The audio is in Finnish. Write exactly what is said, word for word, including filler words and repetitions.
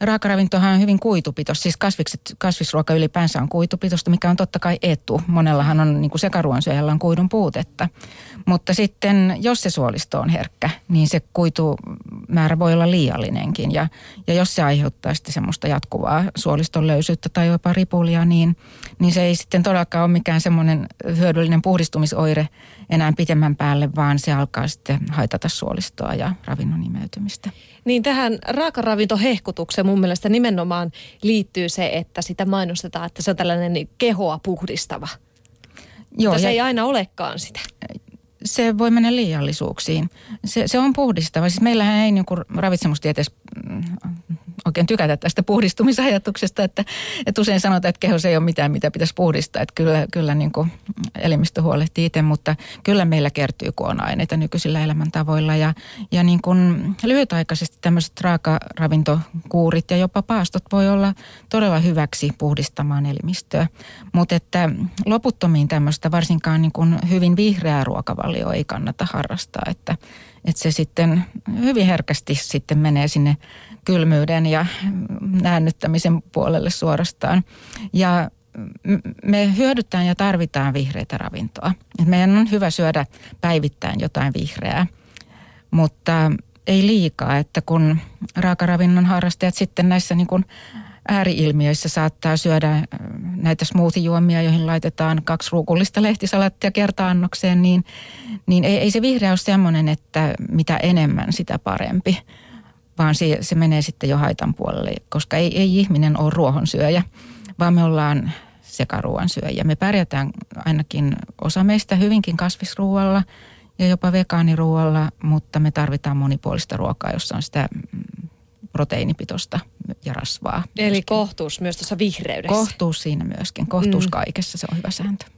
raakaravintohan on hyvin kuitupitoista, siis kasvikset, kasvisruoka ylipäänsä on kuitupitoista, mikä on totta kai etu. Monellahan on, niin kuin sekaruoansyöjällä on kuidun puutetta. Mutta sitten, jos se suolisto on herkkä, niin se kuitumäärä voi olla liiallinenkin. Ja, ja jos se aiheuttaa sitten semmoista jatkuvaa suoliston löysyyttä tai jopa ripulia, niin, niin se ei sitten todellakaan ole mikään semmoinen hyödyllinen puhdistumisoire enää pitemmän päälle, vaan se alkaa sitten haitata suolistoa ja ravinnon imeytymistä. Niin tähän raakaravintohehkutukseen mun mielestä nimenomaan liittyy se, että sitä mainostetaan, että se on tällainen kehoa puhdistava. Joo, mutta se ja ei aina olekaan sitä. Se voi mennä liiallisuuksiin. Se, se on puhdistava. Siis meillähän ei niin kuin ravitsemustieteessä oikein tykätä tästä puhdistumisajatuksesta, että, että usein sanotaan, että kehossa ei ole mitään, mitä pitäisi puhdistaa. Että kyllä, kyllä niin kuin elimistö huolehtii itse, mutta kyllä meillä kertyy kuona-aineita nykyisillä elämäntavoilla. Ja, ja niin kuin lyhytaikaisesti tämmöiset raakaravintokuurit ja jopa paastot voi olla todella hyväksi puhdistamaan elimistöä. Mutta että loputtomiin tämmöistä varsinkaan niin kuin hyvin vihreää ruokavalioa ei kannata harrastaa, että, että se sitten hyvin herkästi sitten menee sinne kylmyyden ja näännyttämisen puolelle suorastaan. Ja me hyödytään ja tarvitaan vihreitä ravintoa. Meidän on hyvä syödä päivittäin jotain vihreää, mutta ei liikaa, että kun raakaravinnon harrastajat sitten näissä niin kuin ääriilmiöissä saattaa syödä näitä smoothie-juomia, joihin laitetaan kaksi ruukullista lehtisalattia kerta-annokseen, niin, niin ei, ei se vihreä ole semmoinen, että mitä enemmän sitä parempi, vaan se, se menee sitten jo haitan puolelle, koska ei, ei ihminen ole ruohonsyöjä, vaan me ollaan sekaruoansyöjiä. Me pärjätään ainakin osa meistä hyvinkin kasvisruualla ja jopa vegaaniruualla, mutta me tarvitaan monipuolista ruokaa, jossa on sitä proteiinipitoista ja rasvaa. Eli myöskin kohtuus myös tuossa vihreydessä. Kohtuus siinä myöskin. Kohtuus mm. kaikessa, se on hyvä sääntö.